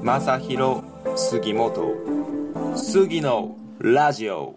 正弘杉本杉のラジオ。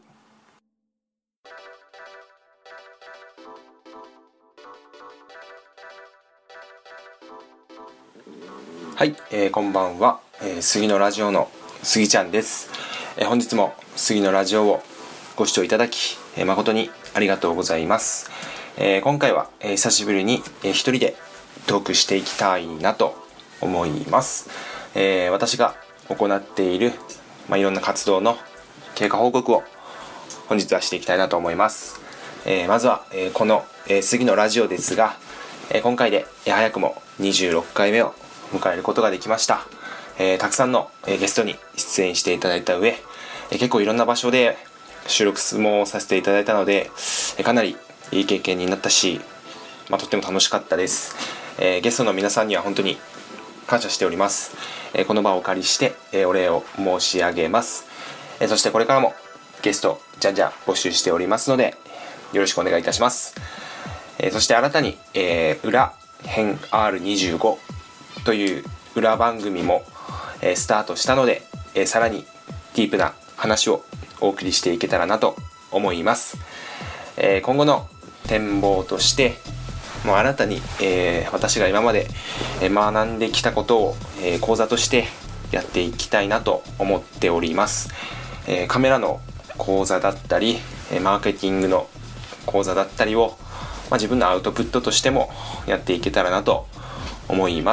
はい、こんばんは、杉のラジオの杉ちゃんです。本日も杉のラジオをご視聴いただき、誠にありがとうございます。今回は、久しぶりに、一人でトークしていきたいなと思います。私が行っている、いろんな活動の経過報告を本日はしていきたいなと思います。まずは、この、杉のラジオですが、今回で早くも26回目を迎えることができました。たくさんの、ゲストに出演していただいた上、結構いろんな場所で収録もさせていただいたので、かなりいい経験になったし、とっても楽しかったです。ゲストの皆さんには本当に感謝しております。この場をお借りして、お礼を申し上げます。そしてこれからもゲストじゃんじゃん募集しておりますので、よろしくお願いいたします。そして新たに、裏編 R25 という裏番組も、スタートしたので、さらにディープな話をお送りしていけたらなと思います。今後の展望としてもう新たに、私が今まで学んできたことを、講座としてやっていきたいなと思っております。カメラの講座だったりマーケティングの講座だったりを、自分のアウトプットとしてもやっていけたらなと思います。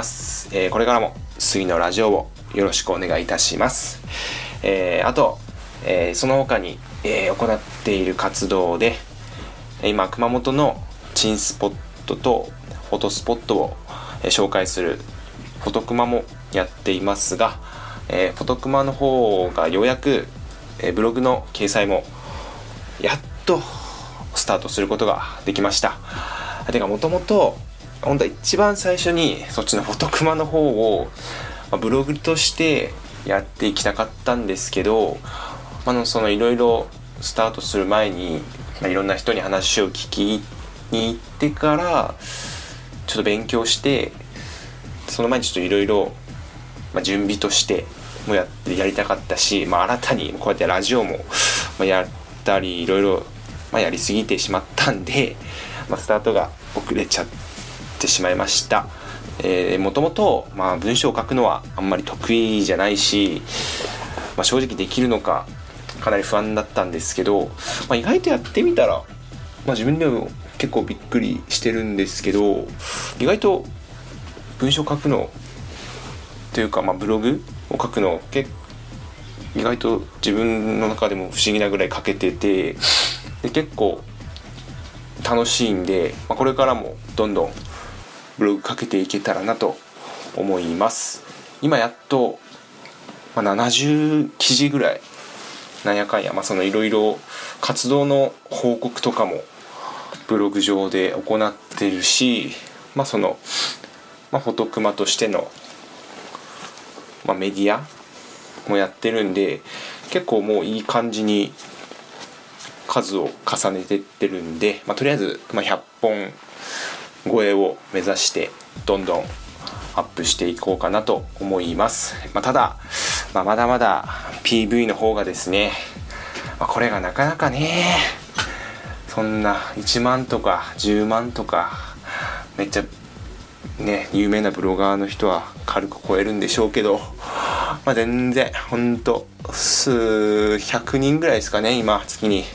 これからも杉のラジオをよろしくお願いいたします。あと、その他に、行っている活動で今熊本の珍スポットとフォトスポットを紹介するフォトクマもやっていますが、フォトクマの方がようやくブログの掲載もやっとスタートすることができました。てかもともと本当は一番最初にそっちのフォトクマの方をブログとしてやっていきたかったんですけど、そのいろいろスタートする前にいろんな人に話を聞きに行ってからちょっと勉強して、その前にちょっといろいろ準備としてもやりたかったし、新たにこうやってラジオもやったりいろいろやりすぎてしまったんで、スタートが遅れちゃってしまいました。もともと文章を書くのはあんまり得意じゃないし、正直できるのかかなり不安だったんですけど、意外とやってみたら、自分でも結構びっくりしてるんですけど、意外と文章書くのというか、ブログを書くの意外と自分の中でも不思議なぐらい書けてて、で結構楽しいんで、これからもどんどんブログ書けていけたらなと思います。今やっと、70記事ぐらいなんやかんや、そのいろいろ活動の報告とかもブログ上で行ってるし、その、フォトクマとしての、メディアもやってるんで、結構もういい感じに数を重ねてってるんで、とりあえず、100本超えを目指してどんどんアップしていこうかなと思います。ただ、まだまだ PV の方がですね、これがなかなかね、そんな1万とか10万とかめっちゃね有名なブロガーの人は軽く超えるんでしょうけど、全然ほんと数百人ぐらいですかね、今月に。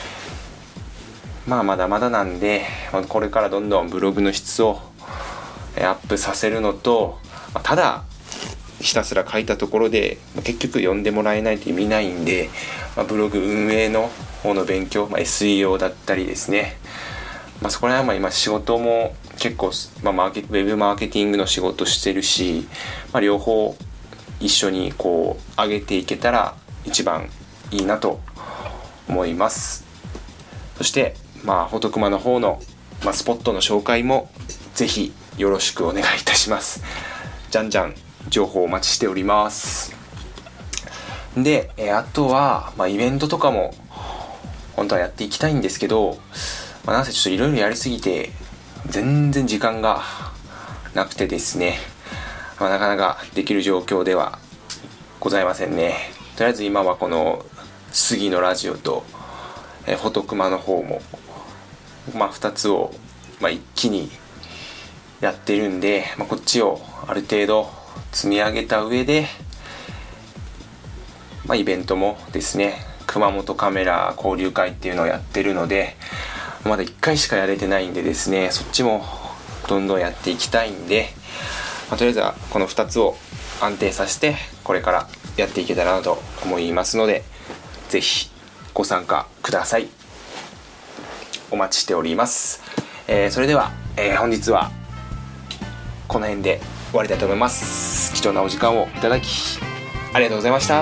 まだまだなんで、これからどんどんブログの質をアップさせるのと、ただひたすら書いたところで結局読んでもらえないと意味ないんで、ブログ運営の方の勉強、SEO だったりですね、そこら辺は今仕事も結構、ウェブマーケティングの仕事してるし、両方一緒にこう上げていけたら一番いいなと思います。そしてフォトクマの方の、スポットの紹介もぜひよろしくお願いいたします。じゃんじゃん情報お待ちしております。で、あとは、イベントとかも本当はやっていきたいんですけど、なんせちょっといろいろやりすぎて全然時間がなくてですね、なかなかできる状況ではございませんね。とりあえず今はこの杉のラジオと、フォトクマの方も、2つを、一気にやってるんで、こっちをある程度積み上げた上で、イベントもですね、熊本カメラ交流会っていうのをやってるので、まだ1回しかやれてないんでですね、そっちもどんどんやっていきたいんで、とりあえずはこの2つを安定させてこれからやっていけたらなと思いますので、ぜひご参加ください。お待ちしております。それでは、本日はこの辺で終わりたいと思います。貴重なお時間をいただきありがとうございました。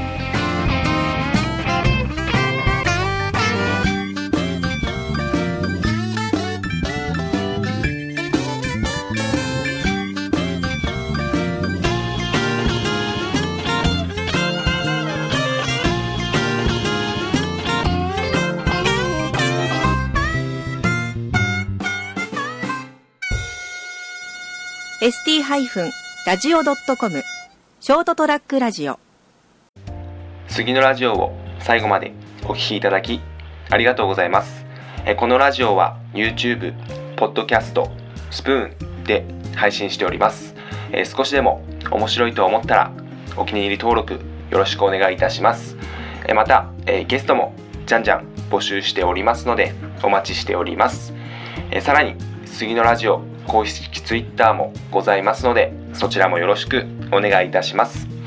st-radio.com ショートトラックラジオ。 杉のラジオを最後までお聞きいただきありがとうございます。このラジオは YouTube、ポッドキャスト、スプーンで配信しております。少しでも面白いと思ったらお気に入り登録よろしくお願いいたします。また、ゲストもじゃんじゃん募集しておりますのでお待ちしております。さらに杉のラジオ公式 Twitter もございますので、そちらもよろしくお願いいたします。